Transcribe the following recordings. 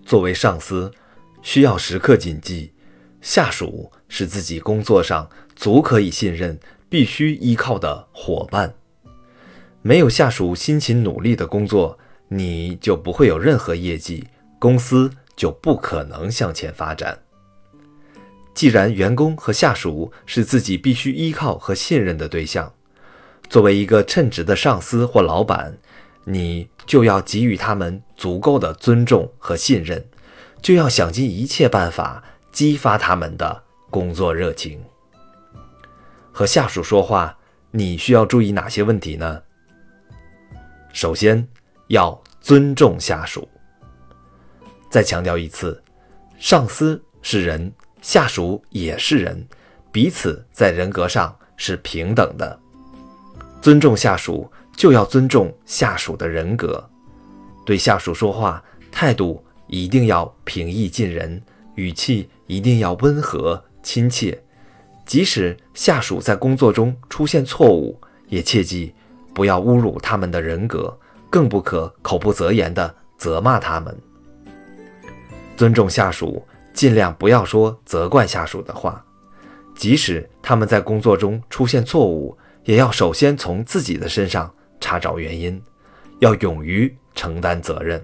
作为上司，需要时刻谨记，下属是自己工作上足可以信任、必须依靠的伙伴。没有下属辛勤努力的工作，你就不会有任何业绩，公司就不可能向前发展。既然员工和下属是自己必须依靠和信任的对象，作为一个称职的上司或老板，你就要给予他们足够的尊重和信任，就要想尽一切办法激发他们的工作热情。和下属说话，你需要注意哪些问题呢？首先，要尊重下属。再强调一次，上司是人，下属也是人，彼此在人格上是平等的。尊重下属，就要尊重下属的人格。对下属说话，态度一定要平易近人，语气一定要温和亲切。即使下属在工作中出现错误，也切记不要侮辱他们的人格，更不可口不择言地责骂他们。尊重下属，尽量不要说责怪下属的话。即使他们在工作中出现错误，也要首先从自己的身上查找原因，要勇于承担责任。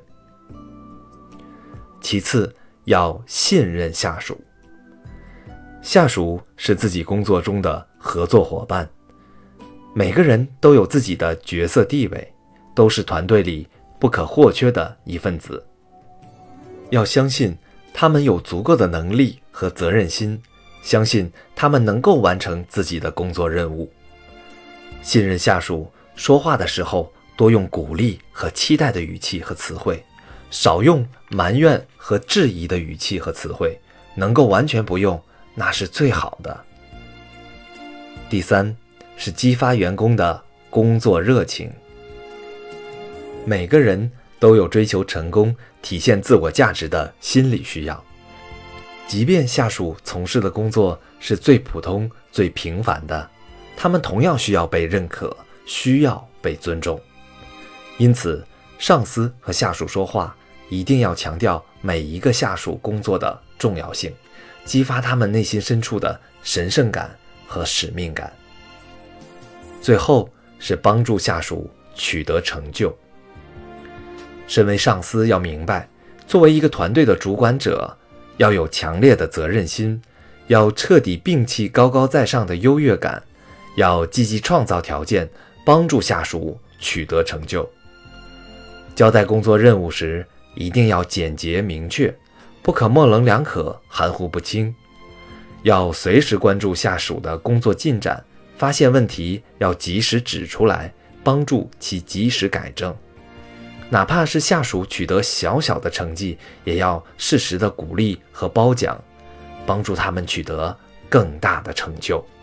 其次，要信任下属。下属是自己工作中的合作伙伴，每个人都有自己的角色地位，都是团队里不可或缺的一份子。要相信他们有足够的能力和责任心，相信他们能够完成自己的工作任务。信任下属，说话的时候多用鼓励和期待的语气和词汇，少用埋怨和质疑的语气和词汇，能够完全不用，那是最好的。第三，是激发员工的工作热情。每个人都有追求成功、体现自我价值的心理需要，即便下属从事的工作是最普通、最平凡的，他们同样需要被认可，需要被尊重。因此，上司和下属说话一定要强调每一个下属工作的重要性，激发他们内心深处的神圣感和使命感。最后是帮助下属取得成就。身为上司要明白，作为一个团队的主管者，要有强烈的责任心，要彻底摒弃高高在上的优越感，要积极创造条件，帮助下属取得成就。交代工作任务时，一定要简洁明确，不可模棱两可、含糊不清。要随时关注下属的工作进展，发现问题要及时指出来，帮助其及时改正。哪怕是下属取得小小的成绩，也要适时的鼓励和褒奖，帮助他们取得更大的成就。